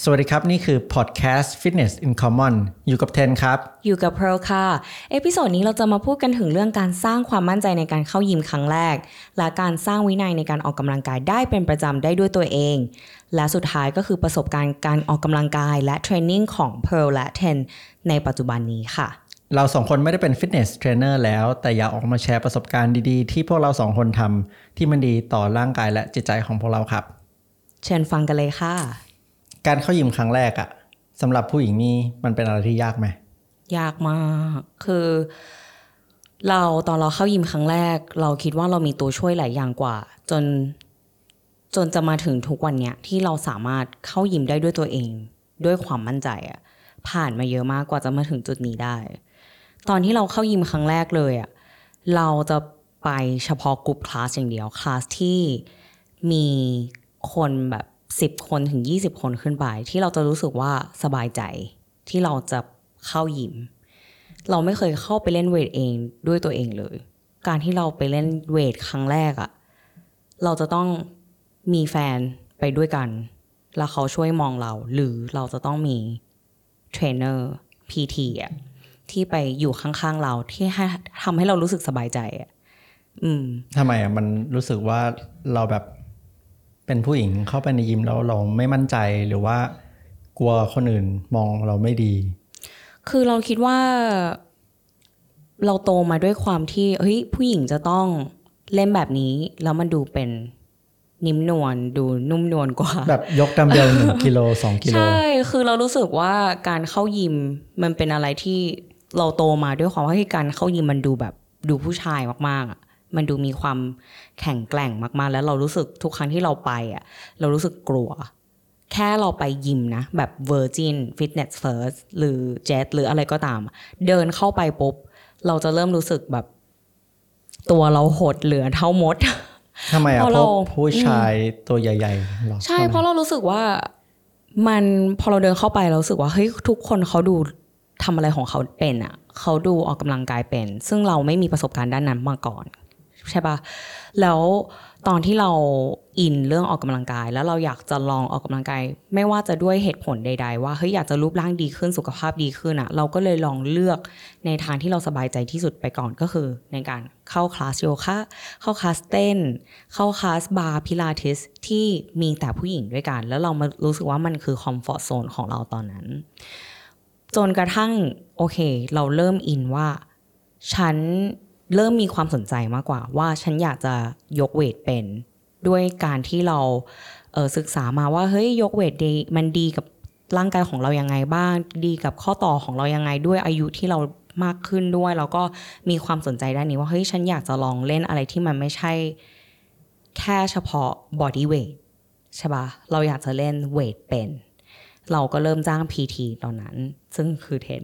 สวัสดีครับนี่คือ Podcast Fitness in Common อยู่กับเทนครับอยู่กับ Pearl ค่ะเอพิโซดนี้เราจะมาพูดกันถึงเรื่องการสร้างความมั่นใจในการเข้ายิมครั้งแรกและการสร้างวินัยในการออกกำลังกายได้เป็นประจำได้ด้วยตัวเองและสุดท้ายก็คือประสบการณ์การออกกำลังกายและเทรนนิ่งของ Pearl และเทนในปัจจุบันนี้ค่ะเราสองคนไม่ได้เป็นฟิตเนสเทรนเนอร์แล้วแต่อยากออกมาแชร์ประสบการณ์ดีๆที่พวกเราสองคนทำที่มันดีต่อร่างกายและจิตใจของพวกเราครับเชิญฟังกันเลยค่ะการเข้ายิมครั้งแรกอะสำหรับผู้หญิงนี่มันเป็นอะไรที่ยากไหมยากมากคือตอนเราเข้ายิมครั้งแรกเราคิดว่าเรามีตัวช่วยหลายอย่างกว่าจนจะมาถึงทุกวันเนี้ยที่เราสามารถเข้ายิมได้ด้วยตัวเองด้วยความมั่นใจอะผ่านมาเยอะมากกว่าจะมาถึงจุดนี้ได้ตอนที่เราเข้ายิมครั้งแรกเลยอะเราจะไปเฉพาะกลุ่มคลาสอย่างเดียวคลาสที่มีคนแบบ10 คนถึง20 คนขึ้นไปที่เราจะรู้สึกว่าสบายใจที่เราจะเข้ายิมเราไม่เคยเข้าไปเล่นเวทเองด้วยตัวเองเลยการที่เราไปเล่นเวทครั้งแรกอะเราจะต้องมีแฟนไปด้วยกันแล้วเขาช่วยมองเราหรือเราจะต้องมีเทรนเนอร์ PT อ่ะที่ไปอยู่ข้างๆเราที่ทำให้เรารู้สึกสบายใจอ่ะทำไมอ่ะมันรู้สึกว่าเราแบบเป็นผู้หญิงเข้าไปในยิมแล้วเราไม่มั่นใจหรือว่ากลัวคนอื่นมองเราไม่ดีคือเราคิดว่าเราโตมาด้วยความที่ผู้หญิงจะต้องเล่นแบบนี้แล้วมันดูเป็นนิ่มนวลดูนุ่มนวลกว่าแบบยกดัมเบล1 กิโล2 กิโลใช่คือเรารู้สึกว่าการเข้ายิมมันเป็นอะไรที่เราโตมาด้วยความว่าการเข้ายิมมันดูแบบดูผู้ชายมากๆอ่ะมันดูมีความแข็งแกร่งมากๆแล้วเรารู้สึกทุกครั้งที่เราไปอ่ะเรารู้สึกกลัวแค่เราไปยิมนะแบบ Virgin Fitness First หรือ Jet หรืออะไรก็ตามเดินเข้าไปปุ๊บเราจะเริ่มรู้สึกแบบตัวเราหดเหลือเท่ามดทำไมอ่ะเพราะผู้ชายตัวใหญ่ๆหรอใช่เพราะเรารู้สึกว่ามันพอเราเดินเข้าไปเรารู้สึกว่าเฮ้ยทุกคนเขาดูทำอะไรของเขาเป็นอ่ะเขาดูออกกำลังกายเป็นซึ่งเราไม่มีประสบการณ์ด้านนั้นมาก่อนใช่ปะแล้วตอนที่เราอินเรื่องออกกำลังกายแล้วเราอยากจะลองออกกำลังกายไม่ว่าจะด้วยเหตุผลใดๆว่าเฮ้ยอยากจะรูปร่างดีขึ้นสุขภาพดีขึ้นอ่ะเราก็เลยลองเลือกในทางที่เราสบายใจที่สุดไปก่อนก็คือในการเข้าคลาสโยคะเข้าคลาสเต้นเข้าคลาสบาร์พิลาทิสที่มีแต่ผู้หญิงด้วยกันแล้วเรามารู้สึกว่ามันคือคอมฟอร์ตโซนของเราตอนนั้นจนกระทั่งโอเคเราเริ่มอินว่าฉันเริ่มมีความสนใจมากกว่าว่าฉันอยากจะยกเวทเป็นด้วยการที่เราศึกษามาว่าเฮ้ยยกเวทดีมันดีกับร่างกายของเรายังไงบ้างดีกับข้อต่อของเรายังไงด้วยอายุที่เรามากขึ้นด้วยแล้วก็มีความสนใจด้านนี้ว่าเฮ้ยฉันอยากจะลองเล่นอะไรที่มันไม่ใช่แค่เฉพาะ body weight ใช่ปะเราอยากจะเล่นเวทเป็นเราก็เริ่มจ้าง PT ตอนนั้นซึ่งคือเทน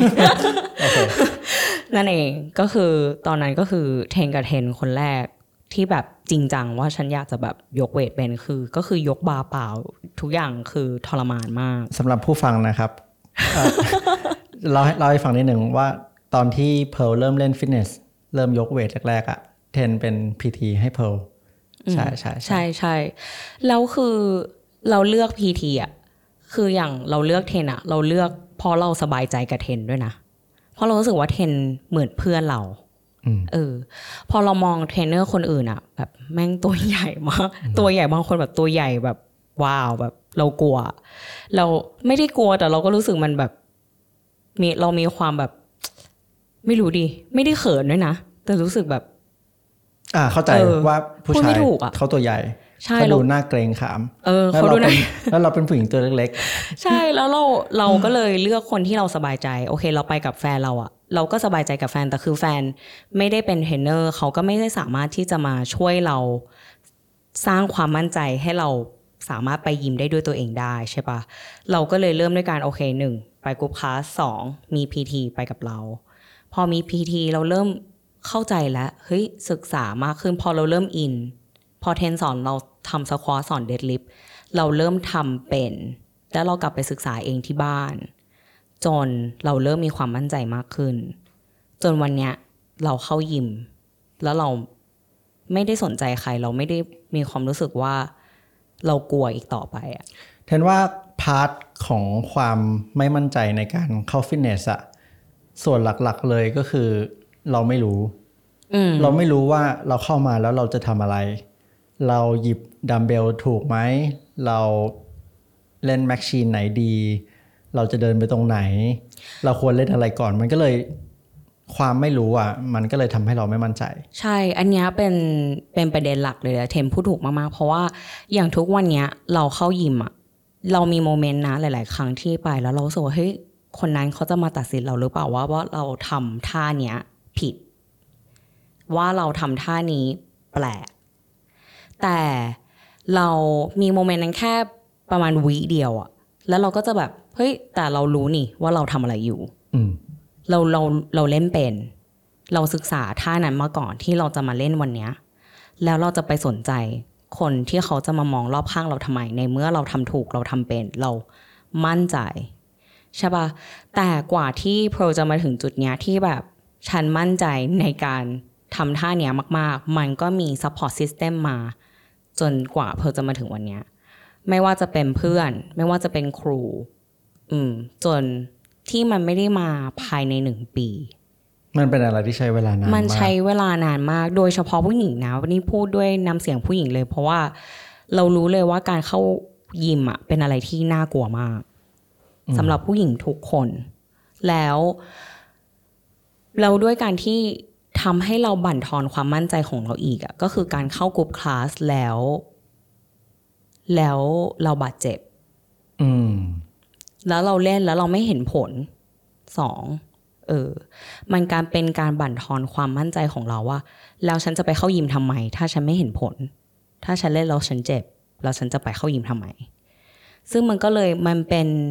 นั่นเองก็คือตอนนั้นก็คือเทนกับเทนคนแรกที่แบบจริงจังว่าฉันอยากจะแบบยกเวทเป็นก็คือยกบาร์เปล่าทุกอย่างคือทรมานมากสำหรับผู้ฟังนะครับ เราให้ฟังนิดหนึ่งว่าตอนที่เพิร์ลเริ่มเล่นฟิตเนสเริ่มยกเวทแรกๆอะเทนเป็น PT ให้เพิร์ลใช่ใช่ใช่ใช่แล้วคือเราเลือก PT อ่ะคืออย่างเราเลือกเทนอ่ะเราเลือกเพราะเราสบายใจกับเทนด้วยนะเพราะเรารู้สึกว่าเทนเหมือนเพื่อนเราพอเรามองเทรนเนอร์คนอื่นอ่ะแบบแม่งตัวใหญ่มากตัวใหญ่บางคนแบบตัวใหญ่แบบว้าวแบบเรากลัวเราไม่ได้กลัวแต่เราก็รู้สึกมันแบบเรามีความแบบไม่รู้ดิไม่ได้เขินด้วยนะแต่รู้สึกแบบเข้าใจว่าผู้ชายเขาตัวใหญ่เขาดูหน้าเกรงขามเขาดูแล้วเราเป็นผู้หญิงตัวเล็กๆใช่แล้วเราก็เลยเลือกคนที่เราสบายใจโอเคเราไปกับแฟนเราอะเราก็สบายใจกับแฟนแต่คือแฟนไม่ได้เป็นเทรนเนอร์เขาก็ไม่ได้สามารถที่จะมาช่วยเราสร้างความมั่นใจให้เราสามารถไปยิมได้ด้วยตัวเองได้ใช่ปะเราก็เลยเริ่มด้วยการโอเค1ไปกรุ๊ปคลาส2มี PT ไปกับเราพอมี PT เราเริ่มเข้าใจแล้วเฮ้ยศึกษามากขึ้นพอเราเริ่มอินพอเทนสอนเราทำสควอตสอนเดดลิฟต์เราเริ่มทำเป็นแล้วเรากลับไปศึกษาเองที่บ้านจนเราเริ่มมีความมั่นใจมากขึ้นจนวันเนี้ยเราเข้ายิมแล้วเราไม่ได้สนใจใครเราไม่ได้มีความรู้สึกว่าเรากลัวอีกต่อไปอ่ะเทนว่าพาร์ทของความไม่มั่นใจในการเข้าฟิตเนสอะส่วนหลักๆเลยก็คือเราไม่รู้เราไม่รู้ว่าเราเข้ามาแล้วเราจะทำอะไรเราหยิบดัมเบลถูกไหมเราเล่นแมชชีนไหนดีเราจะเดินไปตรงไหนเราควรเล่นอะไรก่อนมันก็เลยความไม่รู้อ่ะมันก็เลยทำให้เราไม่มั่นใจใช่อันนี้เป็นประเด็นหลักเลยเทมพูดถูกมากๆเพราะว่าอย่างทุกวันนี้เราเข้ายิมอ่ะเรามีโมเมนต์นะหลายๆครั้งที่ไปแล้วเรารู้สึกว่าเฮ้ยคนนั้นเขาจะมาตัดสินเราหรือเปล่าว่าเราทำท่าเนี้ยผิดว่าเราทำท่านี้แปลกแต่เรามีโมเมนต์นั้นแค่ประมาณวิเดียวอะแล้วเราก็จะแบบเฮ้ยแต่เรารู้นี่ว่าเราทำอะไรอยู่เราเล่นเป็นเราศึกษาท่านั้นมาก่อนที่เราจะมาเล่นวันเนี้ยแล้วเราจะไปสนใจคนที่เขาจะมามองรอบข้างเราทำไมในเมื่อเราทำถูกเราทำเป็นเรามั่นใจใช่ปะแต่กว่าที่โปรจะมาถึงจุดเนี้ยที่แบบฉันมั่นใจในการทำท่าเนี้ยมากๆมันก็มี support system มาจนกว่าเพอจะมาถึงวันเนี้ยไม่ว่าจะเป็นเพื่อนไม่ว่าจะเป็นครูจนที่มันไม่ได้มาภายใน1 ปีมันเป็นอะไรที่ใช้เวลานานมากมันใช้เวลานานมากโดยเฉพาะผู้หญิงนะวันนี้พูดด้วยน้ำเสียงผู้หญิงเลยเพราะว่าเรารู้เลยว่าการเข้ายิมอะเป็นอะไรที่น่ากลัวมากสำหรับผู้หญิงทุกคนแล้วเราด้วยการที่ทำให้เราบั่นทอนความมั่นใจของเราอีกอะก็คือการเข้ากรุ๊ปคลาสแล้วเราบาดเจ็บแล้วเราเล่นแล้วเราไม่เห็นผลมันการเป็นการบั่นทอนความมั่นใจของเราว่าแล้วฉันจะไปเข้ายิมทำไมถ้าฉันไม่เห็นผลถ้าฉันเล่นแล้วฉันเจ็บแล้วฉันจะไปเข้ายิมทำไมซึ่งมันก็เลยมัน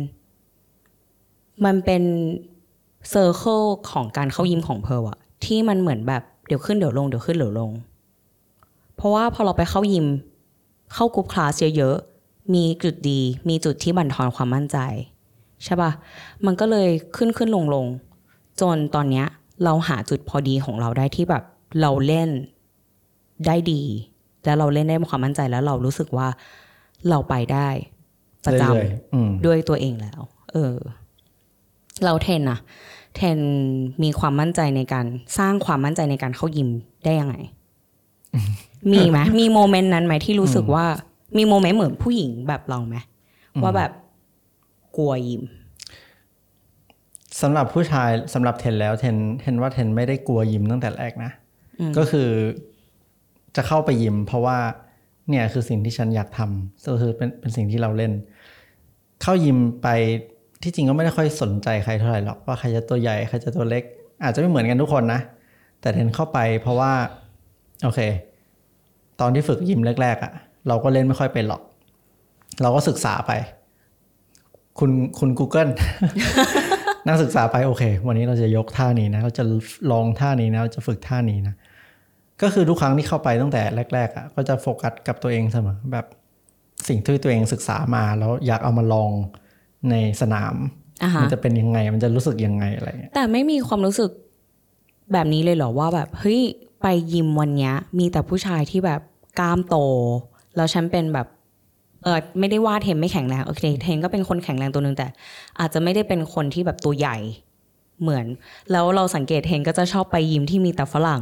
เป็นเซอร์เคิลของการเข้ายิมของเพร์ลอะที่มันเหมือนแบบเดี๋ยวขึ้นเดี๋ยวลงเดี๋ยวขึ้นเดี๋ยวลงเพราะว่าพอเราไปเข้ายิมเข้ากรุ๊ปคลาสเยอะๆมีจุดดีมีจุดที่บั่นทอนความมั่นใจใช่ป่ะมันก็เลยขึ้นลงจนตอนเนี้ยเราหาจุดพอดีของเราได้ที่แบบเราเล่นได้ดีแล้วเราเล่นได้มีความมั่นใจแล้วเรารู้สึกว่าเราไปได้ประจำด้วยตัวเองแล้วเราเทนมีความมั่นใจในการสร้างความมั่นใจในการเข้ายิมได้ยังไง มีไหมมีโมเมนต์นั้นไหมที่รู้สึกว่ามีโมเมนต์เหมือนผู้หญิงแบบเราไหมว่าแบบกลัวยิมสำหรับผู้ชายสำหรับเทนแล้วเทนว่าเทนไม่ได้กลัวยิมตั้งแต่แรกนะก็คือจะเข้าไปยิมเพราะว่าเนี่ยคือสิ่งที่ฉันอยากทำก็คือเป็นสิ่งที่เราเล่นเข้ายิมไปที่จริงก็ไม่ได้ค่อยสนใจใครเท่าไหร่หรอกว่าใครจะตัวใหญ่ใครจะตัวเล็กอาจจะไม่เหมือนกันทุกคนนะแต่เทนเข้าไปเพราะว่าโอเคตอนที่ฝึกยิมแรกๆอ่ะเราก็เล่นไม่ค่อยเป็นหรอกเราก็ศึกษาไปคุณ Google นั่งศึกษาไปโอเควันนี้เราจะยกท่านี้นะเราจะลองท่านี้นะเราจะฝึกท่านี้นะก็คือทุกครั้งที่เข้าไปตั้งแต่แรกๆอ่ะก็จะโฟกัสกับตัวเองเสมอแบบสิ่งที่ตัวเองศึกษามาแล้วอยากเอามาลองในสนามมันจะเป็นยังไงมันจะรู้สึกยังไงอะไรเงี้ยแต่ไม่มีความรู้สึกแบบนี้เลยเหรอว่าแบบเฮ้ยไปยิมวันนี้มีแต่ผู้ชายที่แบบกล้ามโตแล้วฉันเป็นแบบไม่ได้ว่าเทนไม่แข็งแรงโอเคเทนก็เป็นคนแข็งแรงตัวนึงแต่อาจจะไม่ได้เป็นคนที่แบบตัวใหญ่เหมือนแล้วเราสังเกตเทนก็จะชอบไปยิมที่มีแต่ฝรั่ง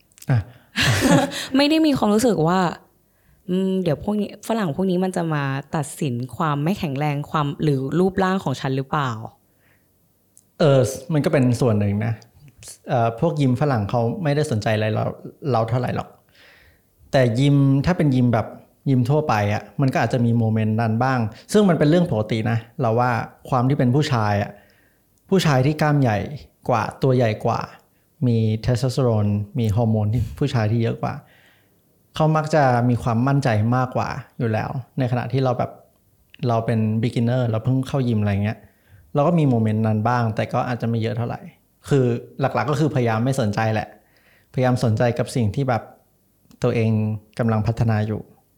ไม่ได้มีความรู้สึกว่าเดี๋ยวพวกนี้ฝรั่งพวกนี้มันจะมาตัดสินความไม่แข็งแรงความหรือรูปร่างของฉันหรือเปล่ามันก็เป็นส่วนหนึ่งนะพวกยิมฝรั่งเขาไม่ได้สนใจอะไรเราเท่าไหร่หรอกแต่ยิมถ้าเป็นยิมแบบยิมทั่วไปอ่ะมันก็อาจจะมีโมเมนต์นั้นบ้างซึ่งมันเป็นเรื่องปกตินะเราว่าความที่เป็นผู้ชายอ่ะผู้ชายที่กล้ามใหญ่กว่าตัวใหญ่กว่ามีเทสโทสเตอโรนมีฮอร์โมนที่ผู้ชายที่เยอะกว่าเขามักจะมีความมั่นใจมากกว่าอยู่แล้วในขณะที่เราเป็น beginner เราเพิ่งเข้ายิมอะไรเงี้ยเราก็มีโมเมนต์นั้นบ้างแต่ก็อาจจะไม่เยอะเท่าไหร่คือหลักๆก็คือพยายามไม่สนใจแหละพยายามสนใจกับสิ่งที่แบบตัวเองกำลังพัฒนาอยู่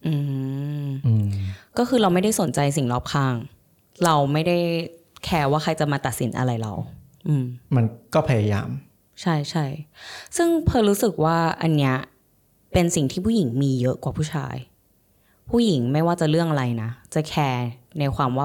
ก็คือเราไม่ได้สนใจสิ่งรอบข้างเราไม่ได้แคร์ว่าใครจะมาตัดสินอะไรเรามันก็พยายามใช่ใช่ซึ่งเพอรู้สึกว่าอันเนี้ยเป็นสิ่งที่ผู้หญิงมีเยอะกว่าผู้ชายผู้หญิงไม่ว่าจะเรื่องอะไรนะจะแคร์ในความว่าแบบ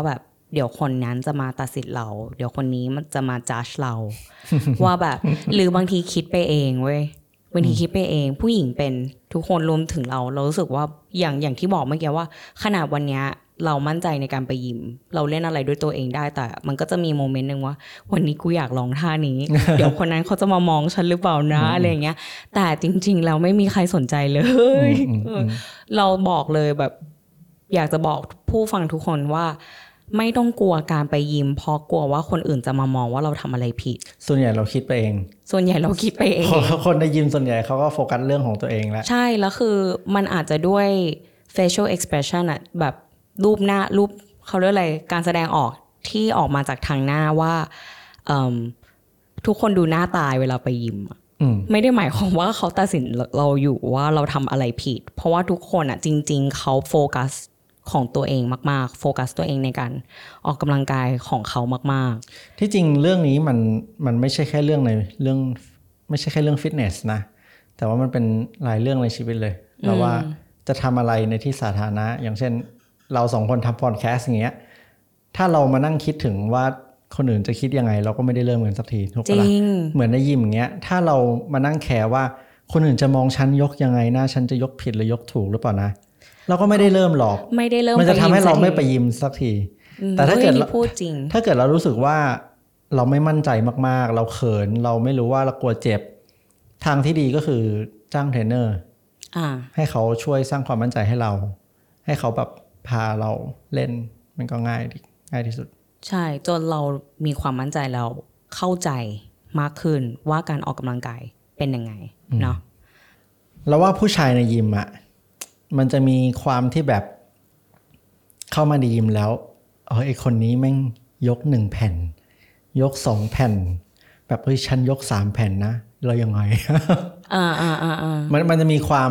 เดี๋ยวคนนั้นจะมาตัดสินเราเดี๋ยวคนนี้มันจะมาจัดเรา ว่าแบบหรือบางทีคิดไปเองเว้ยบางทีคิดไปเองผู้หญิงเป็นทุกคนรวมถึงเรารู้สึกว่าอย่างที่บอกเมื่อกี้ว่าขนาดวันเนี้ยเรามั่นใจในการไปยิมเราเล่นอะไรด้วยตัวเองได้แต่มันก็จะมีโมเมนต์นึงว่าวันนี้กูอยากลองท่านี้ เดี๋ยวคนนั้นเขาจะมามองฉันหรือเปล่านะอะไรอย่างเงี้ยแต่จริงๆเราไม่มีใครสนใจเลยเราบอกเลยแบบอยากจะบอกผู้ฟังทุกคนว่าไม่ต้องกลัวการไปยิมเพราะกลัวว่าคนอื่นจะมามองว่าเราทำอะไรผิดส่วนใหญ่เราคิดไปเองส่วนใหญ่เราคิดไปเองคนในยิมส่วนใหญ่เขาก็โฟกัสเรื่องของตัวเองแล้วใช่แล้วคือมันอาจจะด้วย facial expression อะแบบรูปหน้ารูปเขาเรียกอะไรการแสดงออกที่ออกมาจากทางหน้าว่าทุกคนดูหน้าตายเวลาไปยิมไม่ได้หมายความว่าเขาตัดสินเราอยู่ว่าเราทำอะไรผิดเพราะว่าทุกคนอะจริงๆเขาโฟกัสของตัวเองมากๆโฟกัสตัวเองในการออกกำลังกายของเขามากๆที่จริงเรื่องนี้มันไม่ใช่แค่เรื่องในเรื่องไม่ใช่แค่เรื่องฟิตเนสนะแต่ว่ามันเป็นหลายเรื่องในชีวิตเลยเราว่าจะทำอะไรในที่สาธารณะอย่างเช่นเราสองคนทำพอดแคสต์อย่างเงี้ยถ้าเรามานั่งคิดถึงว่าคนอื่นจะคิดยังไงเราก็ไม่ได้เริ่มกันสักทีถูกปะล่ะเหมือนในยิมอย่างเงี้ยถ้าเรามานั่งแคร์ว่าคนอื่นจะมองฉันยกยังไงนะฉันจะยกผิดหรือยกถูกหรือเปล่านะเราก็ไม่ได้เริ่มหรอกไม่ได้เริ่มมันจะทำให้เราไม่ไปยิมสักทีแต่ถ้าเกิดพูดจริงถ้าเกิดเรารู้สึกว่าเราไม่มั่นใจมากๆเราเขินเราไม่รู้ว่าเรากลัวเจ็บทางที่ดีก็คือจ้างเทรนเนอร์ให้เขาช่วยสร้างความมั่นใจให้เราให้เขาแบบพาเราเล่นมันก็ง่ายที่สุดใช่จนเรามีความมั่นใจแล้วเข้าใจมากขึ้นว่าการออกกำลังกายเป็นยังไงเนาะแล้วว่าผู้ชายในยิมอ่ะมันจะมีความที่แบบเข้ามาในยิมแล้วไอ้คนนี้แม่งยก1แผ่นยก2แผ่นแบบฉันยก3แผ่นนะเรายังไงมันจะมีความ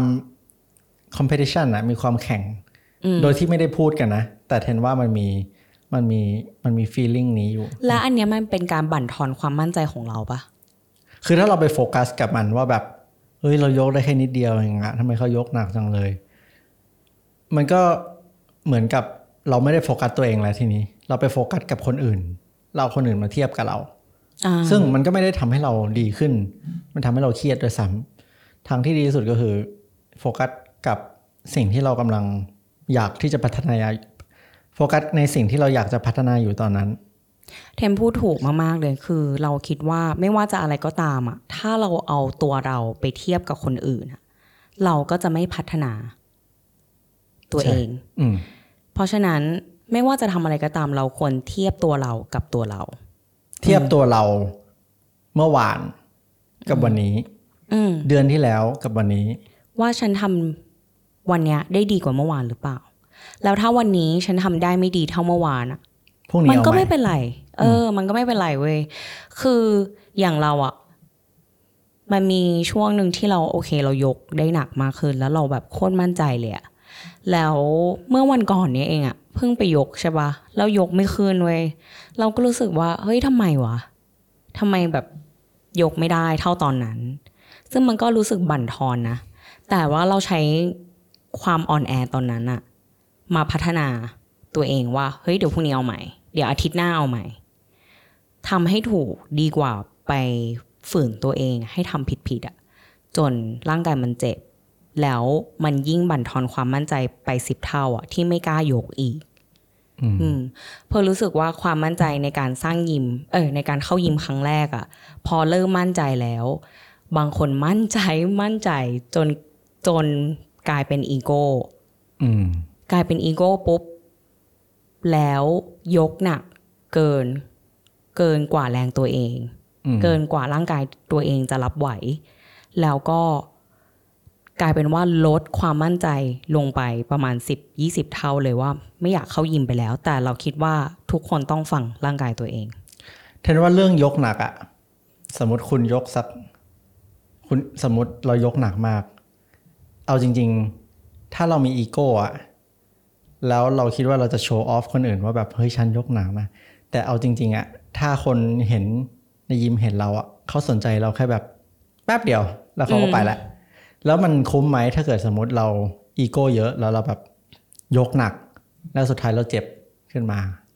competition นะมีความแข่งโดยที่ไม่ได้พูดกันนะแต่เทนว่ามันมี feeling นี้อยู่และอันเนี้ยมันเป็นการบั่นทอนความมั่นใจของเราปะคือถ้าเราไปโฟกัสกับมันว่าแบบเฮ้ยเรายกได้แค่นิดเดียวเองอะทำไมเขายกหนักจังเลยมันก็เหมือนกับเราไม่ได้โฟกัสตัวเองแล้วทีนี้เราไปโฟกัสกับคนอื่นเราคนอื่นมาเทียบกับเราซึ่งมันก็ไม่ได้ทำให้เราดีขึ้นมันทำให้เราเครียดด้วยซ้ำทางที่ดีที่สุดก็คือโฟกัสกับสิ่งที่เรากำลังอยากที่จะพัฒนาโฟกัสในสิ่งที่เราอยากจะพัฒนาอยู่ตอนนั้นเทมพูดถูกมากๆเลยคือเราคิดว่าไม่ว่าจะอะไรก็ตามอะถ้าเราเอาตัวเราไปเทียบกับคนอื่นเราก็จะไม่พัฒนาตัวเองเพราะฉะนั้นไม่ว่าจะทำอะไรก็ตามเราควรเทียบตัวเรากับตัวเราเทียบตัวเราเมื่อวานกับวันนี้เดือนที่แล้วกับวันนี้ว่าฉันทำวันนี้ได้ดีกว่าเมื่อวานหรือเปล่าแล้วถ้าวันนี้ฉันทำได้ไม่ดีเท่าเมื่อวานอะมันก็ไม่เป็นไรมันก็ไม่เป็นไรเว้ยคืออย่างเราอะมันมีช่วงหนึ่งที่เราโอเคเรายกได้หนักมากขึ้นแล้วเราแบบโคตรมั่นใจเลยอะแล้วเมื่อวันก่อนนี้เองอะเพิ่งไปยกใช่ปะแล้วยกไม่ขึ้นเว้ยเราก็รู้สึกว่าเฮ้ยทำไมวะทำไมแบบยกไม่ได้เท่าตอนนั้นซึ่งมันก็รู้สึกบั่นทอนนะแต่ว่าเราใช้ความอ่อนแอตอนนั้นอะมาพัฒนาตัวเองว่าเฮ้ยเดี๋ยวพรุ่งนี้เอาใหม่เดี๋ยวอาทิตย์หน้าเอาใหม่ทำให้ถูกดีกว่าไปฝืนตัวเองให้ทำผิดอะจนร่างกายมันเจ็บแล้วมันยิ่งบั่นทอนความมั่นใจไป10 เท่าอะที่ไม่กล้ายกอีกเพราะรู้สึกว่าความมั่นใจในการสร้างยิมในการเข้ายิมครั้งแรกอะพอเริ่มมั่นใจแล้วบางคนมั่นใจจนกลายเป็นอีโก้กลายเป็นอีโก้ปุ๊บแล้วยกหนักเกินกว่าแรงตัวเองเกินกว่าร่างกายตัวเองจะรับไหวแล้วก็กลายเป็นว่าลดความมั่นใจลงไปประมาณ 10-20 เท่าเลยว่าไม่อยากเข้ายิมไปแล้วแต่เราคิดว่าทุกคนต้องฟังร่างกายตัวเองเท่าว่าเรื่องยกหนักอะสมมติคุณยกคุณสมมติเรายกหนักมากเอาจริงๆถ้าเรามีอีโก้อะแล้วเราคิดว่าเราจะโชว์ออฟคนอื่นว่าแบบเฮ้ยฉันยกหนักนะแต่เอาจริงๆอะถ้าคนเห็นในยิมเห็นเราอะเขาสนใจเราแค่แบบแป๊บเดียวแล้วเขาก็ไปละแล้วมันคุ้มไหมถ้าเกิดสมมติเราอีโก้เยอะแล้วเราแบบยกหนักแล้วสุดท้ายเราเจ็บขึ้นมา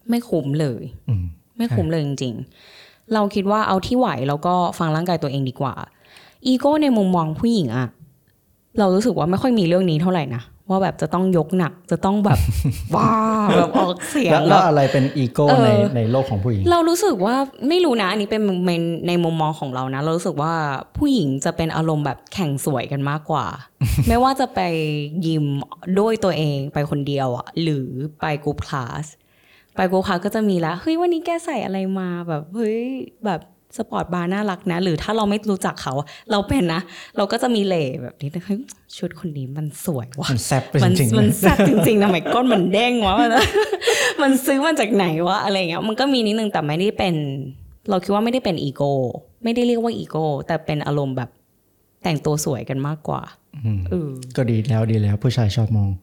ไม่คุ้มเลยไม่คุ้มเลยจริงๆเราคิดว่าเอาที่ไหวแล้วก็ฟังร่างกายตัวเองดีกว่าอีโก้ในมุมมองผู้หญิงอะเรารู้สึกว่าไม่ค่อยมีเรื่องนี้เท่าไหร่นะว่าแบบจะต้องยกหนักจะต้องแบบ ว้าแบบออกเสียงแล้วอะไรเป็นอีโก้ในโลกของผู้หญิงเรารู้สึกว่าไม่รู้นะอันนี้เป็นในมุมมองของเรานะเรารู้สึกว่าผู้หญิงจะเป็นอารมณ์แบบแข่งสวยกันมากกว่า ไม่ว่าจะไปยิมด้วยตัวเองไปคนเดียวอะหรือไปกรุ๊ปคลาสก็จะมีแล้วเฮ้ยวันนี้แกใส่อะไรมาแบบเฮ้ยแบบสปอร์ตบาร์น่ารักนะหรือถ้าเราไม่รู้จักเขาเราเป็นนะเราก็จะมีเหล่แบบนี้เฮ้ยชุดคนนี้มันสวยว่ะมันแซ่บจริงๆมันแซ่บจริงๆทำไมก้นมันเด้งวะ มันซื้อมาจากไหนวะอะไรเงี้ยมันก็มีนิดนึงแต่ไม่ได้เป็นเราคิดว่าไม่ได้เป็นอีโก้ไม่ได้เรียกว่าอีโก้แต่เป็นอารมณ์แบบแต่งตัวสวยกันมากกว่าก็ดีแล้วผู้ชายชอบมอง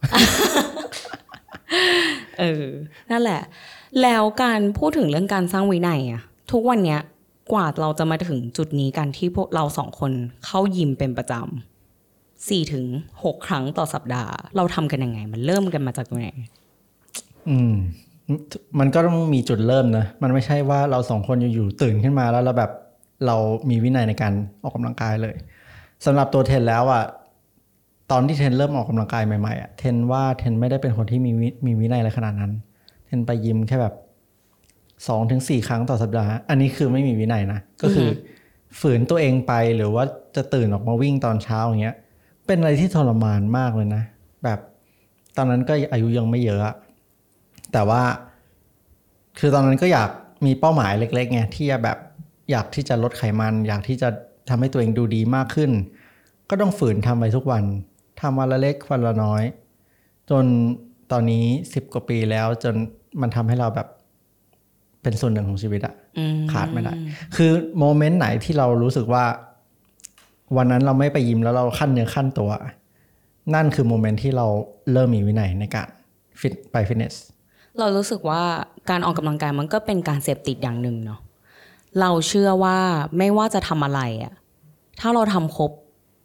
นั่นแหละแล้วการพูดถึงเรื่องการสร้างวินัยอะทุกวันเนี้ยกว่าเราจะมาถึงจุดนี้กันที่พวกเรา2 คนเข้ายิมเป็นประจำ4 ถึง 6 ครั้งต่อสัปดาห์เราทำกันยังไงมันเริ่มกันมาจากตรงไหนมันก็ต้องมีจุดเริ่มนะมันไม่ใช่ว่าเรา2 คนอยู่ๆตื่นขึ้นมาแล้วเราแบบเรามีวินัยในการออกกำลังกายเลยสำหรับตัวเทนแล้วอ่ะตอนที่เทนเริ่มออกกำลังกายใหม่ๆอ่ะเทนว่าเทนไม่ได้เป็นคนที่มีวินัยอะไรขนาดนั้นเทนไปยิมแค่แบบ2-4 ครั้งต่อสัปดาห์อันนี้คือไม่มีวินัยนะก็คือฝืนตัวเองไปหรือว่าจะตื่นออกมาวิ่งตอนเช้าอย่างเงี้ยเป็นอะไรที่ทรมานมากเลยนะแบบตอนนั้นก็อายุยังไม่เยอะแต่ว่าคือตอนนั้นก็อยากมีเป้าหมายเล็กๆไงที่จะแบบอยากที่จะลดไขมันอยากที่จะทำให้ตัวเองดูดีมากขึ้นก็ต้องฝืนทำไปทุกวันทำวันละเล็กวันละน้อยจนตอนนี้10 กว่าปีแล้วจนมันทำให้เราแบบเป็นส่วนหนึ่งของชีวิตอะขาดไม่ได้คือโมเมนต์ไหนที่เรารู้สึกว่าวันนั้นเราไม่ไปยิมแล้วเราขั้นเนื้อขั้นตัวนั่นคือโมเมนต์ที่เราเริ่มมีวินัยในการไปฟิตเนสเรารู้สึกว่าการออกกำลังกายมันก็เป็นการเสพติดอย่างหนึ่งเนาะเราเชื่อว่าไม่ว่าจะทำอะไรอะถ้าเราทำครบ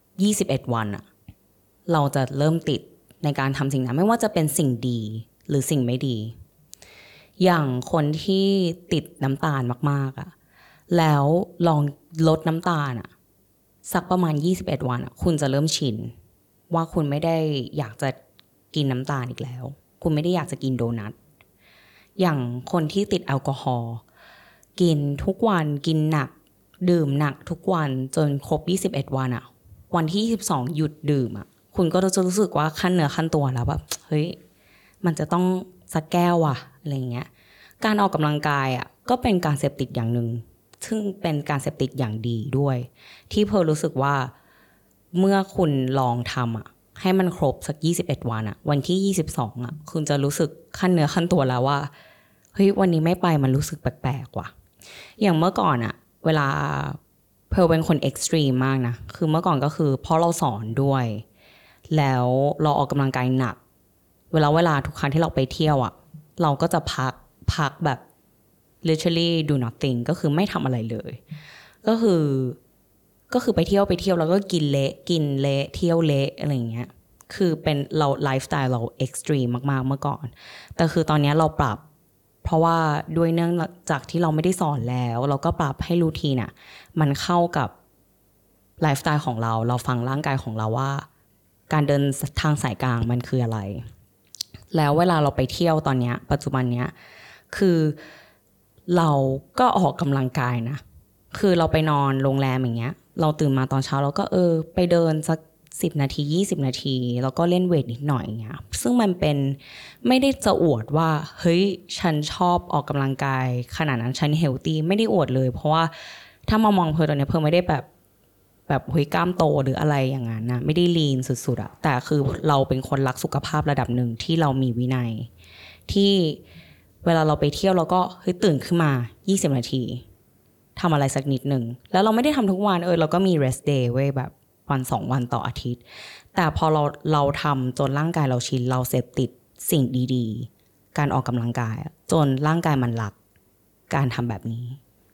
21 วันอะเราจะเริ่มติดในการทำสิ่งนั้นไม่ว่าจะเป็นสิ่งดีหรือสิ่งไม่ดีอย่างคนที่ติดน้ำตาลมากๆอะแล้วลองลดน้ำตาลอะสักประมาณ21 วันอะคุณจะเริ่มชินว่าคุณไม่ได้อยากจะกินน้ำตาลอีกแล้วคุณไม่ได้อยากจะกินโดนัทอย่างคนที่ติดแอลกอฮอล์กินทุกวันกินหนักดื่มหนักทุกวันจนครบ21 วันอะวันที่22หยุดดื่มอะคุณก็จะรู้สึกว่าขั้นเนื้อขั้นตัวแล้วแบบเฮ้ยมันจะต้องสักแก้วว่ะอะไรเงี้ยการออกกำลังกายอะก็เป็นการเสพติดอย่างหนึ่งซึ่งเป็นการเสพติดอย่างดีด้วยที่เพอรู้สึกว่าเมื่อคุณลองทำอะให้มันครบสัก21 วันอะวันที่22อะคุณจะรู้สึกขั้นเนื้อขั้นตัวแล้วว่าเฮ้ยวันนี้ไม่ไปมันรู้สึกแปลกๆว่ะอย่างเมื่อก่อนอะเวลาเพลเป็นคนเอ็กซ์ตรีมมากนะคือเมื่อก่อนก็คือเพราะเราสอนด้วยแล้วเราออกกำลังกายหนักเวลาทุกครั้งที่เราไปเที่ยวอะเราก็จะพักแบบ literally do nothing ก็คือไม่ทำอะไรเลยก็คือไปเที่ยวแล้วก็กินเละเที่ยวเละอะไรอย่างเงี้ยคือเป็นเราไลฟ์สไตล์เราเอ็กซ์ตรีมมากๆเมื่อก่อนแต่คือตอนนี้เราปรับเพราะว่าด้วยเนื่องจากที่เราไม่ได้สอนแล้วเราก็ปรับให้รูทีนอ่ะมันเข้ากับไลฟ์สไตล์ของเราฟังร่างกายของเราว่าการเดินทางสายกลางมันคืออะไรแล้วเวลาเราไปเที่ยวตอนนี้ปัจจุบันเนี้ยคือเราก็ออกกำลังกายนะคือเราไปนอนโรงแรมอย่างเงี้ยเราตื่นมาตอนเช้าเราก็ไปเดินสัก10 นาที20 นาทีแล้วก็เล่นเวทนิดหน่อยอย่างเงี้ยซึ่งมันเป็นไม่ได้จะอวดว่าเฮ้ยฉันชอบออกกำลังกายขนาดนั้นฉันเฮลตี้ไม่ได้อวดเลยเพราะว่าถ้ามามองเพอตอนนี้เพอไม่ได้แบบเฮ้ยกล้ามโตหรืออะไรอย่างนั้นนะไม่ได้ลีนสุดๆอะแต่คือเราเป็นคนรักสุขภาพระดับหนึ่งที่เรามีวินัยที่เวลาเราไปเที่ยวเราก็เฮ้ยตื่นขึ้นมา20 นาทีทำอะไรสักนิดหนึ่งแล้วเราไม่ได้ทำทุกวันเราก็มี rest day เว้ยแบบวัน2 วันต่ออาทิตย์แต่พอเราทำจนร่างกายเราชินเราเสพติดสิ่งดีๆการออกกำลังกายจนร่างกายมันรักการทำแบบนี้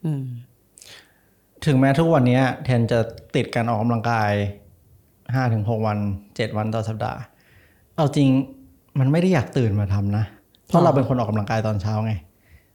ถึงแม้ทุกวันนี้แทนจะติดการออกกำลังกาย 5-6 วัน7 วันต่อสัปดาห์เอาจริงมันไม่ได้อยากตื่นมาทำนะเพราะเราเป็นคนออกกำลังกายตอนเช้าไง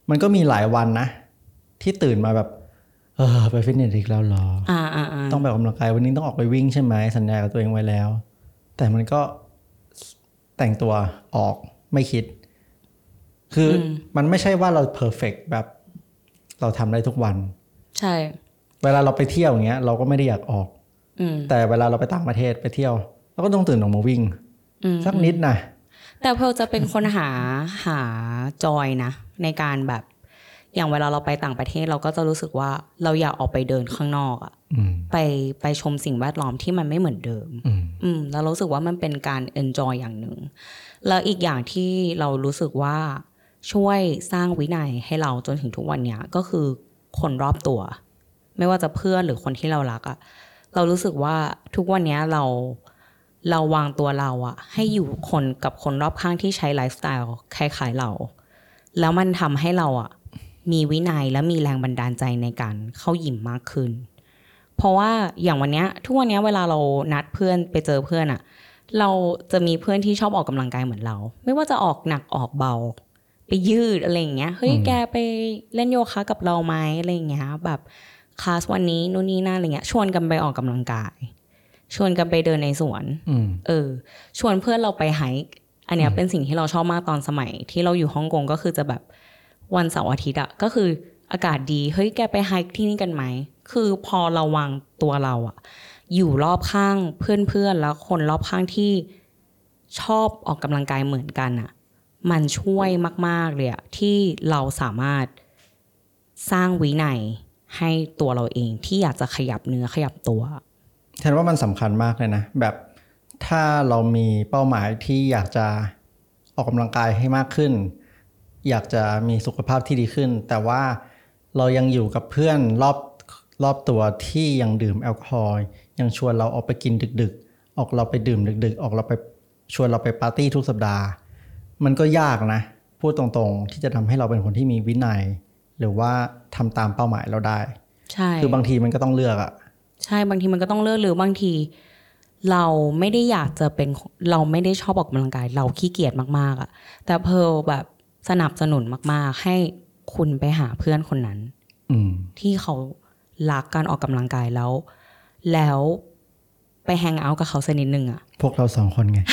มันก็มีหลายวันนะที่ตื่นมาแบบไปฟิตเนสอีกแล้วเหรอต้องไปออกกำลังกายวันนี้ต้องออกไปวิ่งใช่ไหมสัญญากับตัวเองไว้แล้วแต่มันก็แต่งตัวออกไม่คิดคือมันไม่ใช่ว่าเราเพอร์เฟกต์แบบเราทำได้ทุกวันใช่เวลาเราไปเที่ยวอย่างเงี้ยเราก็ไม่ได้อยากออกแต่เวลาเราไปต่างประเทศไปเที่ยวเราก็ต้องตื่นออกมาวิ่งสักนิดนะแต่เพลจะเป็นคนหาจอยนะในการแบบอย่างเวลาเราไปต่างประเทศเราก็จะรู้สึกว่าเราอยากออกไปเดินข้างนอกอ่ะไปชมสิ่งแวดล้อมที่มันไม่เหมือนเดิมแล้วรู้สึกว่ามันเป็นการ enjoy อย่างหนึ่งแล้วอีกอย่างที่เรารู้สึกว่าช่วยสร้างวินัยให้เราจนถึงทุกวันนี้ก็คือคนรอบตัวไม่ว่าจะเพื่อนหรือคนที่เรารักอ่ะเรารู้สึกว่าทุกวันนี้เราวางตัวเราอ่ะให้อยู่กับคนรอบข้างที่ใช้ไลฟ์สไตล์คล้ายๆเราแล้วมันทำให้เราอ่ะมีวินัยและมีแรงบันดาลใจในการเข้ายิมมากขึ้นเพราะว่าอย่างวันนี้ทุกวันนี้เวลาเรานัดเพื่อนไปเจอเพื่อนอ่ะเราจะมีเพื่อนที่ชอบออกกำลังกายเหมือนเราไม่ว่าจะออกหนักออกเบาไปยืดอะไรอย่างเงี้ยเฮ้ยแกไปเล่นโยคะกับเราไหมอะไรอย่างเงี้ยแบบคลาสวันนี้นู่นนี่นั่นอะไรเงี้ยชวนกันไปออกกำลังกายชวนกันไปเดินในสวนชวนเพื่อนเราไปไฮค์อันเนี้ยเป็นสิ่งที่เราชอบมากตอนสมัยที่เราอยู่ฮ่องกงก็คือจะแบบวันเสาร์อาทิตย์อะก็คืออากาศดีเฮ้ยแกไปไฮค์ที่นี่กันไหมคือพอเราวางตัวเราอะอยู่รอบข้างเพื่อนๆแล้วคนรอบข้างที่ชอบออกกำลังกายเหมือนกันอะมันช่วยมากๆเลยอะที่เราสามารถสร้างวินัยให้ตัวเราเองที่อยากจะขยับเนื้อขยับตัวฉันว่ามันสำคัญมากเลยนะแบบถ้าเรามีเป้าหมายที่อยากจะออกกำลังกายให้มากขึ้นอยากจะมีสุขภาพที่ดีขึ้นแต่ว่าเรายังอยู่กับเพื่อนรอบตัวที่ยังดื่มแอลกอฮอล์ยังชวนเราออกไปกินดึกๆออกเราไปดื่มดึกๆออกเราไปชวนเราไปปาร์ตี้ทุกสัปดาห์มันก็ยากนะพูดตรงๆที่จะทำให้เราเป็นคนที่มีวินัยหรือว่าทำตามเป้าหมายเราได้ใช่คือบางทีมันก็ต้องเลือกอะใช่บางทีมันก็ต้องเลือกหรือบางทีเราไม่ได้อยากจะเป็นเราไม่ได้ชอบออกกำลังกายเราขี้เกียจมากๆอะแต่เพร์ลแบบสนับสนุนมากๆให้คุณไปหาเพื่อนคนนั้นที่เขารักการออกกำลังกายแล้วไปแฮงเอาท์กับเขาสักนิดนึงอะพวกเรา2 คนไง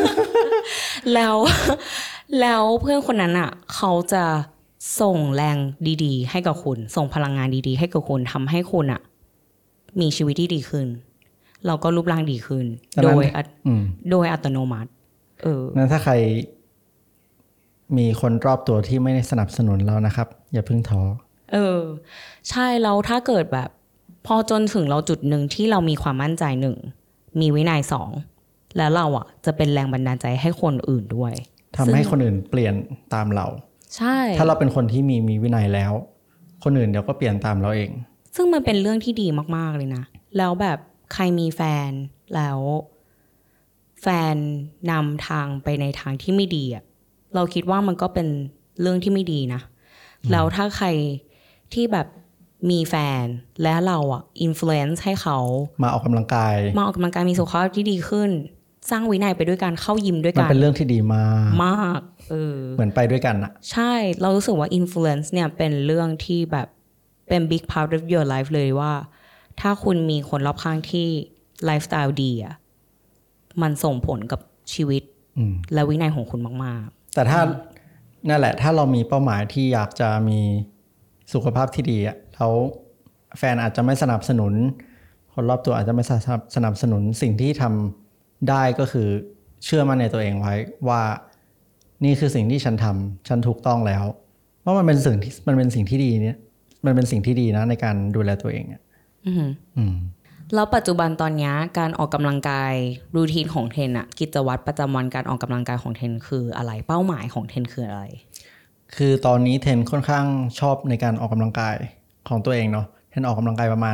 แล้วเพื่อนคนนั้นอะเขาจะส่งแรงดีๆให้กับคุณส่งพลังงานดีๆให้กับคุณทำให้คุณอะมีชีวิตที่ดีขึ้นเราก็รูปร่างดีขึ้นโดยอัตโนมัตินั้นถ้าใครมีคนรอบตัวที่ไม่ได้สนับสนุนเรานะครับอย่าเพิ่งท้อใช่แล้วถ้าเกิดแบบพอจนถึงเราจุดหนึ่งที่เรามีความมั่นใจ1มีวินัย2แล้วเราอ่ะจะเป็นแรงบันดาลใจให้คนอื่นด้วยทำให้คนอื่นเปลี่ยนตามเราใช่ถ้าเราเป็นคนที่มีวินัยแล้วคนอื่นเดี๋ยวก็เปลี่ยนตามเราเองซึ่งมันเป็นเรื่องที่ดีมากๆเลยนะแล้วแบบใครมีแฟนแล้วแฟนนำทางไปในทางที่ไม่ดีอ่ะเราคิดว่ามันก็เป็นเรื่องที่ไม่ดีนะแล้วถ้าใครที่แบบมีแฟนและเราอ่ะอิมโฟเรนซ์ให้เขามาออกกำลังกายมีสุขภาพที่ดีขึ้นสร้างวินัยไปด้วยกันเข้ายิมด้วยกันมันเป็นเรื่องที่ดีมากเหมือนไปด้วยกันอะใช่เรารู้สึกว่าอิมโฟเรนซ์เนี่ยเป็นเรื่องที่แบบเป็น big part of your life เลยว่าถ้าคุณมีคนรอบข้างที่ไลฟ์สไตล์ดีอ่ะมันส่งผลกับชีวิตและวินัยของคุณมากๆแต่ถ้านั่นแหละถ้าเรามีเป้าหมายที่อยากจะมีสุขภาพที่ดีอ่ะแล้วแฟนอาจจะไม่สนับสนุนคนรอบตัวอาจจะไม่สนับสนุนสิ่งที่ทำได้ก็คือเชื่อมั่นในตัวเองไว้ว่านี่คือสิ่งที่ฉันทำฉันถูกต้องแล้วเพราะมันเป็นสิ่งที่ดีเนี่ยมันเป็นสิ่งที่ดีนะในการดูแลตัวเองแล้วปัจจุบันตอนนี้การออกกำลังกายรูทีนของเทนอะกิจวัตรประจำวันการออกกำลังกายของเทนคืออะไรเป้าหมายของเทนคืออะไรคือตอนนี้เทนค่อนข้างชอบในการออกกำลังกายของตัวเองเนาะเทนออกกำลังกายประมาณ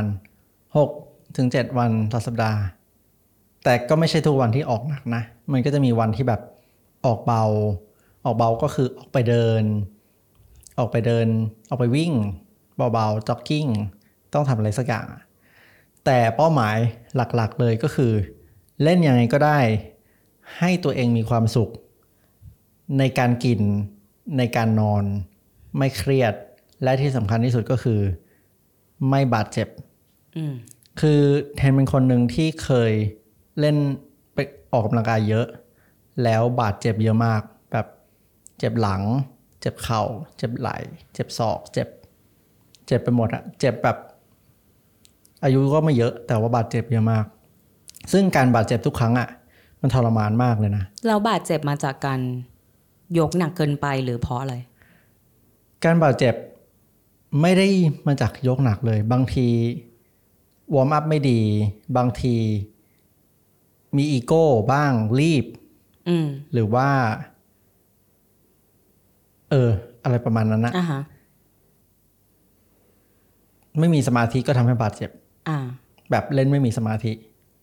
6-7 วันต่อสัปดาห์แต่ก็ไม่ใช่ทุกวันที่ออกหนักนะมันก็จะมีวันที่แบบออกเบาก็คือออกไปเดินออกไปวิ่งเบาๆจ็อกกิ้งต้องทำอะไรสักอย่างแต่เป้าหมายหลักๆเลยก็คือเล่นยังไงก็ได้ให้ตัวเองมีความสุขในการกินในการนอนไม่เครียดและที่สำคัญที่สุดก็คือไม่บาดเจ็บคือเทนเป็นคนหนึ่งที่เคยเล่นไปออกกำลังกายเยอะแล้วบาดเจ็บเยอะมากแบบเจ็บหลังเจ็บเข่าเจ็บไหล่เจ็บศอกเจ็บไปหมดอะเจ็บแบบอายุก็ไม่เยอะแต่ว่าบาดเจ็บเยอะมากซึ่งการบาดเจ็บทุกครั้งอะมันทรมานมากเลยนะแล้วบาดเจ็บมาจากการยกหนักเกินไปหรือเพราะอะไรการบาดเจ็บไม่ได้มาจากยกหนักเลยบางทีวอร์มอัพไม่ดีบางทีมีอีโก้บ้างรีบหรือว่าอะไรประมาณนั้นนะไม่มีสมาธิก็ทำให้บาดเจ็บแบบเล่นไม่มีสมาธิ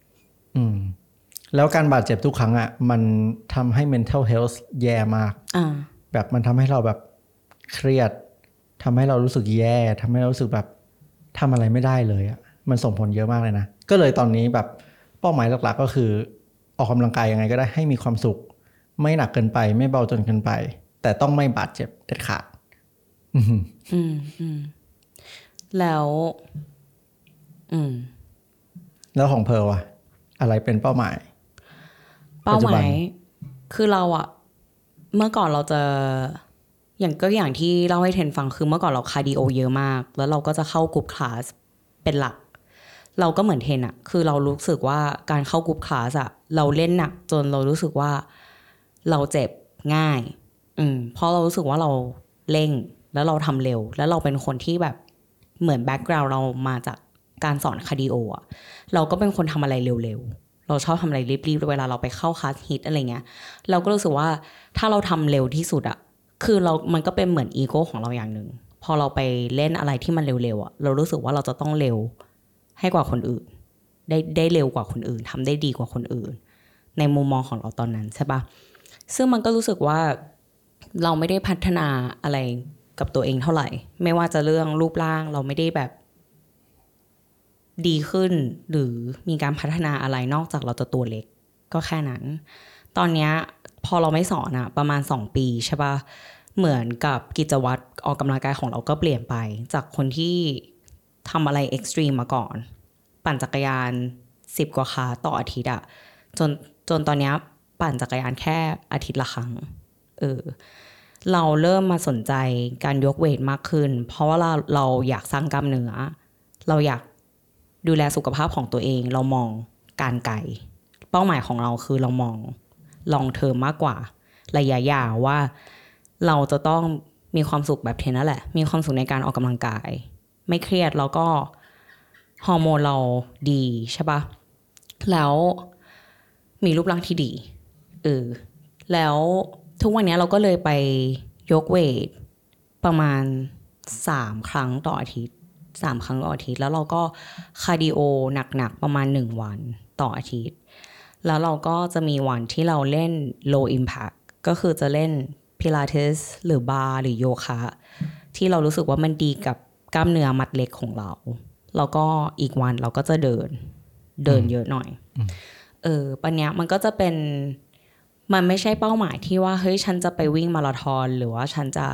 แล้วการบาดเจ็บทุกครั้งอ่ะมันทำให้ mental health แย่มากแบบมันทำให้เราแบบเครียดทำให้เรารู้สึกแย่ทำให้เรารู้สึกแบบทำอะไรไม่ได้เลยอ่ะมันส่งผลเยอะมากเลยนะก็เลยตอนนี้แบบเป้าหมายหลักๆก็คือออกกำลังกายยังไงก็ได้ให้มีความสุขไม่หนักเกินไปไม่เบาจนเกินไปแต่ต้องไม่บาดเจ็บเด็ดขาดแล้วของเพร์ลอะอะไรเป็นเป้าหมายคือเราอะเมื่อก่อนเราจะอย่างที่เล่าให้เทนฟังคือเมื่อก่อนเราคาร์ดิโอเยอะมากแล้วเราก็จะเข้ากลุ่มคลาสเป็นหลักเราก็เหมือนเทนอะคือเรารู้สึกว่าการเข้ากลุ่มคลาสอะเราเล่นหนักจนเรารู้สึกว่าเราเจ็บง่ายเพราะเรารู้สึกว่าเราเร่งแล้วเราทำเร็วแล้วเราเป็นคนที่แบบเหมือนแบ็คกราวด์เรามาจากการสอนคาร์ดิโออะเราก็เป็นคนทำอะไรเร็วๆเราชอบทำอะไรรีบๆเวลาเราไปเข้าคลาสฮิตอะไรเงี้ยเราก็รู้สึกว่าถ้าเราทำเร็วที่สุดอะคือมันก็เป็นเหมือนอีโก้ของเราอย่างหนึ่งพอเราไปเล่นอะไรที่มันเร็วๆอะเรารู้สึกว่าเราจะต้องเร็วให้กว่าคนอื่นได้เร็วกว่าคนอื่นทำได้ดีกว่าคนอื่นในมุมมองของเราตอนนั้นใช่ปะซึ่งมันก็รู้สึกว่าเราไม่ได้พัฒนาอะไรกับตัวเองเท่าไหร่ไม่ว่าจะเรื่องรูปร่างเราไม่ได้แบบดีขึ้นหรือมีการพัฒนาอะไรนอกจากเราจะตัวเล็กก็แค่นั้นตอนนี้พอเราไม่สอนอะประมาณ2 ปีใช่ปะเหมือนกับกิจวัตรออกกำลังกายของเราก็เปลี่ยนไปจากคนที่ทำอะไรเอ็กซ์ตรีมมาก่อนปั่นจักรยาน10 กว่าครั้งต่ออาทิตย์อะจนตอนนี้ปั่นจักรยานแค่อาทิตย์ละครั้งเราเริ่มมาสนใจการยกเวทมากขึ้นเพราะว่าเราอยากสร้างกล้ามเนื้อเราอยากดูแลสุขภาพของตัวเองเรามองการไกลเป้าหมายของเราคือเรามองลองเทอมมากกว่าระยะยาวว่าเราจะต้องมีความสุขแบบเทนนั่นแหละมีความสุขในการออกกำลังกายไม่เครียดแล้วก็ฮอร์โมนเราดีใช่ปะแล้วมีรูปร่างที่ดีแล้วทุกวันนี้เราก็เลยไปยกเวทประมาณ3 ครั้งต่ออาทิตย์3 ครั้งต่ออาทิตย์แล้วเราก็คาร์ดิโอหนักๆประมาณ1 วันต่ออาทิตย์แล้วเราก็จะมีวันที่เราเล่น low impact ก็คือจะเล่นพิลาทิสหรือบาร์หรือโยคะที่เรารู้สึกว่ามันดีกับกล้ามเนื้อมัดเล็กของเราแล้วก็อีกวันเราก็จะเดินเยอะหน่อยปัญญามันก็จะเป็นมันไม่ใช่เป้าหมายที่ว่าเฮ้ยฉันจะไปวิ่งมาราธอนหรือว่าฉันจะ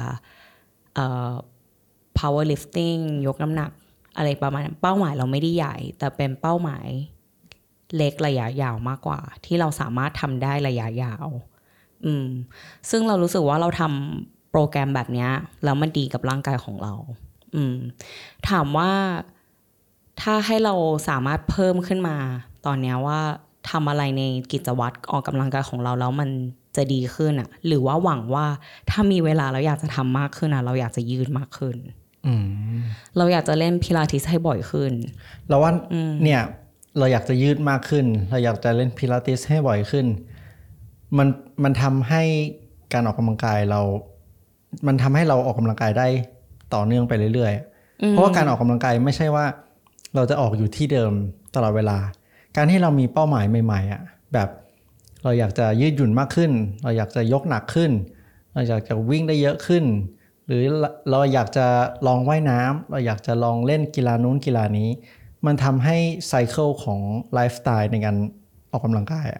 power lifting ยกน้ำหนักอะไรประมาณนั้นเป้าหมายเราไม่ได้ใหญ่แต่เป็นเป้าหมายเล็กระยะยาวมากกว่าที่เราสามารถทำได้ระยะยาวซึ่งเรารู้สึกว่าเราทำโปรแกรมแบบนี้แล้วมันดีกับร่างกายของเราถามว่าถ้าให้เราสามารถเพิ่มขึ้นมาตอนนี้ว่าทำอะไรในกิจวัตรออกกำลังกายของเราแล้วมันจะดีขึ้นหรือว่าหวังว่าถ้ามีเวลาเราอยากจะทำมากขึ้นเราอยากจะยืดมากขึ้นเราอยากจะเล่นพิลาทิสให้บ่อยขึ้นเราว่าเนี่ยเราอยากจะยืดมากขึ้นเราอยากจะเล่นพิลาทิสให้บ่อยขึ้นมันทำให้การออกกำลังกายมันทำให้เราออกกำลังกายได้ต่อเนื่องไปเรื่อยๆเพราะว่าการออกกำลังกายไม่ใช่ว่าเราจะออกอยู่ที่เดิมตลอดเวลาการที่เรามีเป้าหมายใหม่ๆแบบเราอยากจะยืดหยุ่นมากขึ้นเราอยากจะยกหนักขึ้นเราอยากจะวิ่งได้เยอะขึ้นหรือเราอยากจะลองว่ายน้ำเราอยากจะลองเล่นกีฬานู้นกีฬานี้มันทำให้ไซเคิลของไลฟ์สไตล์ในการออกกำลังกาย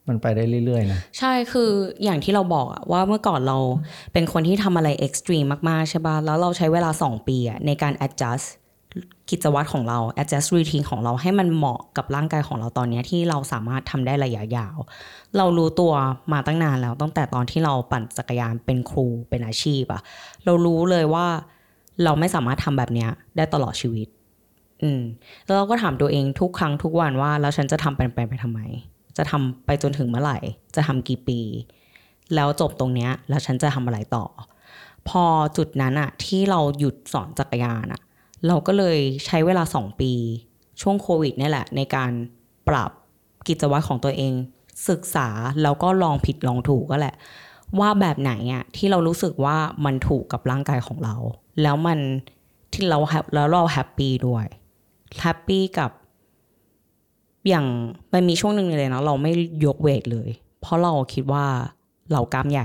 มันไปได้เรื่อยๆนะใช่คืออย่างที่เราบอกอะว่าเมื่อก่อนเราเป็นคนที่ทำอะไรเอ็กซ์ตรีมมากๆใช่ป่ะแล้วเราใช้เวลา2 ปีอะในการ adjust กิจวัตรของเรา adjust routine ของเราให้มันเหมาะกับร่างกายของเราตอนนี้ที่เราสามารถทำได้ระยะยาวเรารู้ตัวมาตั้งนานแล้วตั้งแต่ตอนที่เราปั่นจักรยานเป็นครูเป็นอาชีพอะเรารู้เลยว่าเราไม่สามารถทำแบบนี้ได้ตลอดชีวิตแล้วเราก็ถามตัวเองทุกครั้งทุกวันว่าแล้วฉันจะทำไปทำไมจะทำไปจนถึงเมื่อไหร่จะทำกี่ปีแล้วจบตรงเนี้ยแล้วฉันจะทำอะไรต่อพอจุดนั้นอะที่เราหยุดสอนจักรยานอะเราก็เลยใช้เวลา2 ปีช่วงโควิดนี่แหละในการปรับกิจวัตรของตัวเองศึกษาแล้วก็ลองผิดลองถูกก็แหละว่าแบบไหนอะที่เรารู้สึกว่ามันถูกกับร่างกายของเราแล้วมันที่เราแฮปปี้ด้วยแฮปปี้กับอย่างมันมีช่วงหนึ่งเลยนะเราไม่ยกเวทเลยเพราะเราคิดว่าเรากล้ามใหญ่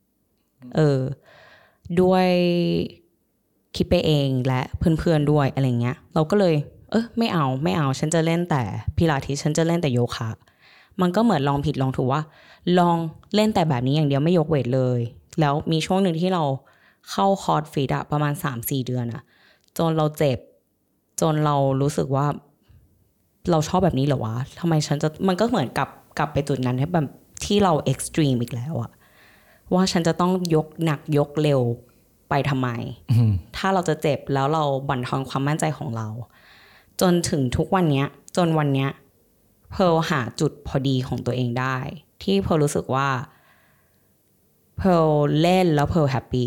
ด้วยคิดไปเองและเพื่อนๆด้วยอะไรเงี้ยเราก็เลยไม่เอาฉันจะเล่นแต่พิลาทิสฉันจะเล่นแต่โยคะมันก็เหมือนลองผิดลองถูกว่าลองเล่นแต่แบบนี้อย่างเดียวไม่ยกเวทเลยแล้วมีช่วงหนึ่งที่เราเข้าคอร์สฟิตอะประมาณ 3-4 เดือนอะจนเราเจ็บจนเรารู้สึกว่าเราชอบแบบนี้เหรอวะทำไมฉันจะมันก็เหมือนกลับไปจุดนั้นให้แบบที่เราเอ็กซ์ตรีมอีกแล้วอะว่าฉันจะต้องยกหนักยกเร็วไปทำไมถ้าเราจะเจ็บแล้วเราบั่นทอนความมั่นใจของเราจนถึงทุกวันเนี้ยจนวันเนี้ยเพร์ลหาจุดพอดีของตัวเองได้ที่เพร์ลรู้สึกว่าเพร์ลเล่นแล้วเพร์ลแฮปปี้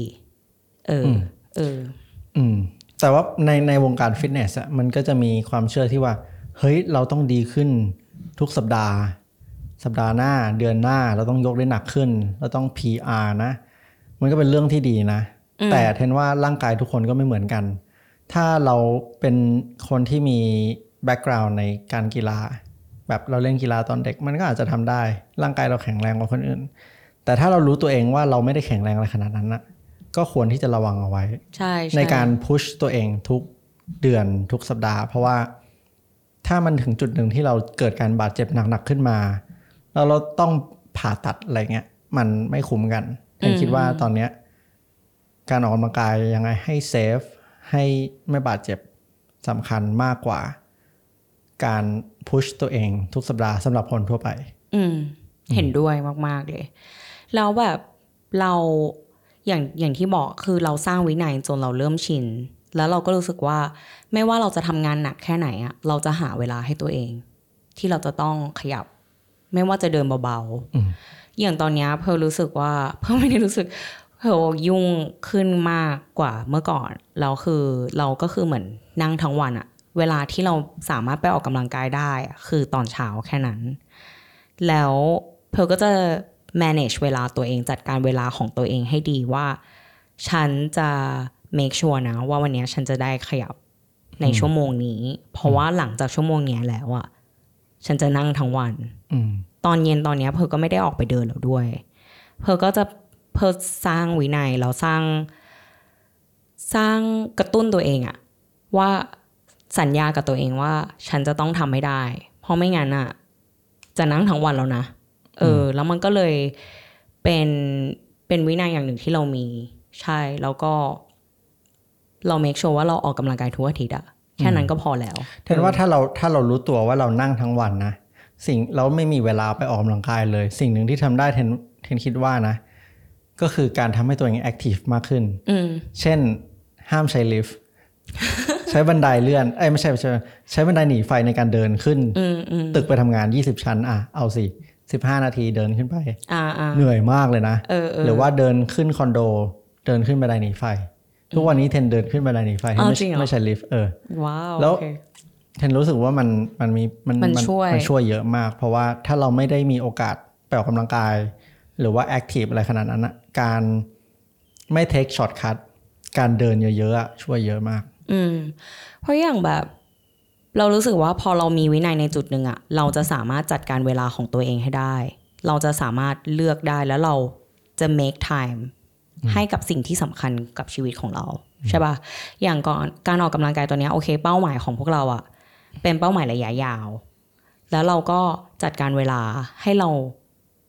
แต่ว่าในวงการฟิตเนสอะมันก็จะมีความเชื่อที่ว่าเฮ้ยเราต้องดีขึ้นทุกสัปดาห์หน้าเดือนหน้าเราต้องยกได้หนักขึ้นเราต้อง PR นะมันก็เป็นเรื่องที่ดีนะแต่เทนว่าร่างกายทุกคนก็ไม่เหมือนกันถ้าเราเป็นคนที่มีแบ็กกราวน์ในการกีฬาแบบเราเล่นกีฬาตอนเด็กมันก็อาจจะทำได้ร่างกายเราแข็งแรงกว่าคนอื่นแต่ถ้าเรารู้ตัวเองว่าเราไม่ได้แข็งแรงอะไรขนาดนั้นนะก็ควรที่จะระวังเอาไว้ในการพุชตัวเองทุกเดือนทุกสัปดาห์เพราะว่าถ้ามันถึงจุดหนึ่งที่เราเกิดการบาดเจ็บหนักๆขึ้นมาแล้วเราต้องผ่าตัดอะไรเงี้ยมันไม่คุ้มกันฉันคิดว่าตอนเนี้ยการออกกำลังกายยังไงให้เซฟให้ไม่บาดเจ็บสำคัญมากกว่าการพุชตัวเองทุกสัปดาห์สำหรับคนทั่วไปเห็นด้วยมากๆเลยแล้วแบบเราอย่างที่บอกคือเราสร้างวินัยจนเราเริ่มชินแล้วเราก็รู้สึกว่าไม่ว่าเราจะทำงานหนักแค่ไหนอะเราจะหาเวลาให้ตัวเองที่เราจะต้องขยับไม่ว่าจะเดินเบาๆอย่างตอนนี้เพร์ลรู้สึกว่าเพร์ลไม่ได้รู้สึกเพร์ลยุ่งขึ้นมากกว่าเมื่อก่อนเราก็คือเหมือนนั่งทั้งวันอะเวลาที่เราสามารถไปออกกำลังกายได้คือตอนเช้าแค่นั้นแล้วเพร์ลก็จะ manage เวลาตัวเองจัดการเวลาของตัวเองให้ดีว่าฉันจะ make sure นะว่าวันนี้ฉันจะได้ขยับในชั่วโมงนี้เพราะว่าหลังจากชั่วโมงนี้แล้วอะฉันจะนั่งทั้งวันตอนเย็นตอนนี้เพร์ลก็ไม่ได้ออกไปเดินแล้วด้วยเพร์ลก็จะสร้างวินัยแล้วสร้างกระตุ้นตัวเองอะว่าสัญญากับตัวเองว่าฉันจะต้องทำให้ได้เพราะไม่งั้นอะจะนั่งทั้งวันแล้วนะแล้วมันก็เลยเป็นวินัยอย่างหนึ่งที่เรามีใช่แล้วก็เราเมคชัวร์ว่าเราออกกำลังกายทุกอาทิตย์อะแค่นั้นก็พอแล้วเห็นว่าถ้าเรารู้ตัวว่าเรานั่งทั้งวันนะเราไม่มีเวลาไปออกกำลังกายเลยสิ่งหนึ่งที่ทำได้เทนคิดว่านะก็คือการทำให้ตัวเองแอคทีฟมากขึ้นเช่นห้ามใช้ลิฟต์ ใช้บันไดเลื่อนไม่ใช่บันไดหนีไฟในการเดินขึ้นตึกไปทำงาน20ชั้นเอาสิ15นาทีเดินขึ้นไปเหนื่อยมากเลยนะหรือว่าเดินขึ้นคอนโดเดินขึ้นบันไดหนีไฟทุกวันนี้เทนเดินขึ้นบันไดหนีไฟไม่ใช่ลิฟต์ว้าวแล้วเทนรู้สึกว่ามันช่วยเยอะมากเพราะว่าถ้าเราไม่ได้มีโอกาสไปออกกำลังกายหรือว่าแอคทีฟอะไรขนาดนั้นนะการไม่เทคช็อตคัทการเดินเยอะๆช่วยเยอะมากเพราะอย่างแบบเรารู้สึกว่าพอเรามีวินัยในจุดหนึ่งอะเราจะสามารถจัดการเวลาของตัวเองให้ได้เราจะสามารถเลือกได้แล้วเราจะ make time ให้กับสิ่งที่สำคัญกับชีวิตของเราใช่ป่ะอย่างก่อนการออกกำลังกายตัวนี้โอเคเป้าหมายของพวกเราอะเป็นเป้าหมายระยะยาวแล้วเราก็จัดการเวลาให้เรา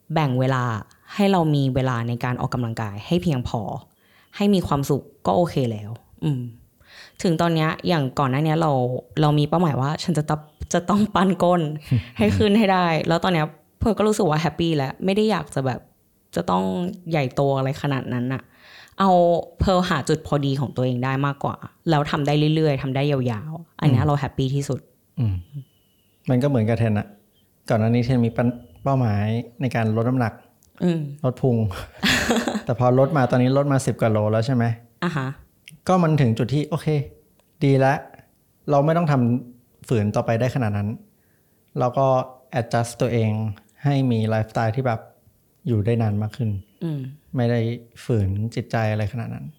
แบ่งเวลาให้เรามีเวลาในการออกกำลังกายให้เพียงพอให้มีความสุขก็โอเคแล้วถึงตอนนี้อย่างก่อนหน้านี้เรามีเป้าหมายว่าฉันจะต้องปั้นก้น ให้ขึ้นให้ได้แล้วตอนนี้เพิร์ลก็รู้สึกว่าแฮปปี้แล้วไม่ได้อยากจะแบบจะต้องใหญ่โตอะไรขนาดนั้นน่ะเอาเพิร์ลหาจุดพอดีของตัวเองได้มากกว่าแล้วทำได้เรื่อยๆทำได้ยาวๆอันนี้เราแฮปปี้ที่สุดมันก็เหมือนกับเทนอะก่อนหน้านี้เทนมีเป้าหมายในการลดน้ำหนักลดพุง แต่พอลดมาตอนนี้ลดมา10 กว่าโลแล้วใช่ไหมก็มันถึงจุดที่โอเคดีแล้วเราไม่ต้องทำฝืนต่อไปได้ขนาดนั้นเราก็ adjust ตัวเองให้มีไลฟ์สไตล์ที่แบบอยู่ได้นานมากขึ้นไม่ได้ฝืนจิตใจอะไรขนาดนั้น